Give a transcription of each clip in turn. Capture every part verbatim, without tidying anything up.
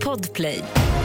Podplay.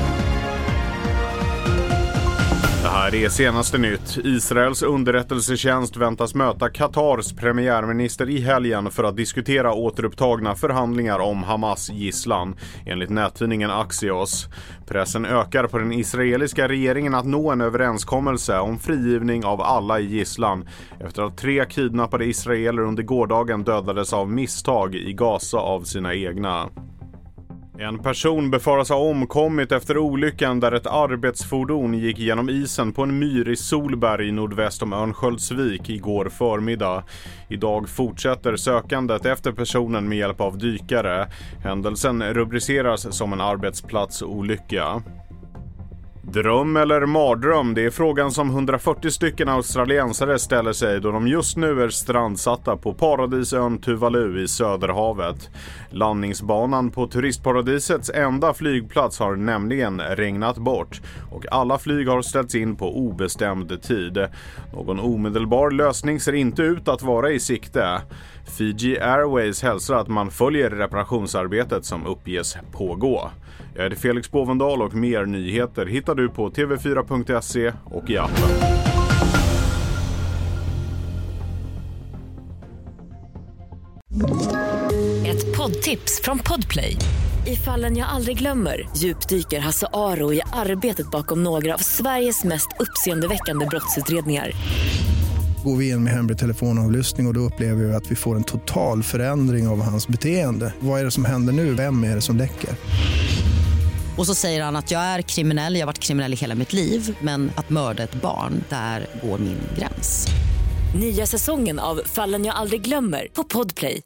Det här är senaste nytt. Israels underrättelsetjänst väntas möta Qatars premiärminister i helgen för att diskutera återupptagna förhandlingar om Hamas gisslan, enligt nättidningen Axios. Pressen ökar på den israeliska regeringen att nå en överenskommelse om frigivning av alla i gisslan efter att tre kidnappade israeler under gårdagen dödades av misstag i Gaza av sina egna. En person befaras ha omkommit efter olyckan där ett arbetsfordon gick genom isen på en myr i Solberg nordväst om Örnsköldsvik igår förmiddag. Idag fortsätter sökandet efter personen med hjälp av dykare. Händelsen rubriceras som en arbetsplatsolycka. Dröm eller mardröm, det är frågan som hundrafyrtio stycken australiensare ställer sig då de just nu är strandsatta på paradisön Tuvalu i Söderhavet. Landningsbanan på turistparadisets enda flygplats har nämligen regnat bort och alla flyg har ställts in på obestämd tid. Någon omedelbar lösning ser inte ut att vara i sikte. Fiji Airways hälsar att man följer reparationsarbetet som uppges pågå. Jag heter Felix Bovendal och mer nyheter hittar du på t v fyra punkt se och i appen. Ett poddtips från Podplay. I Fallen jag aldrig glömmer djupdyker Hasse Aro i arbetet bakom några av Sveriges mest uppseendeväckande brottsutredningar. Går vi in med hemlig telefonavlyssning och, och då upplever vi att vi får en total förändring av hans beteende. Vad är det som händer nu? Vem är det som läcker? Och så säger han att jag är kriminell, jag har varit kriminell i hela mitt liv. Men att mörda ett barn, där går min gräns. Nya säsongen av Fallen jag aldrig glömmer på Podplay.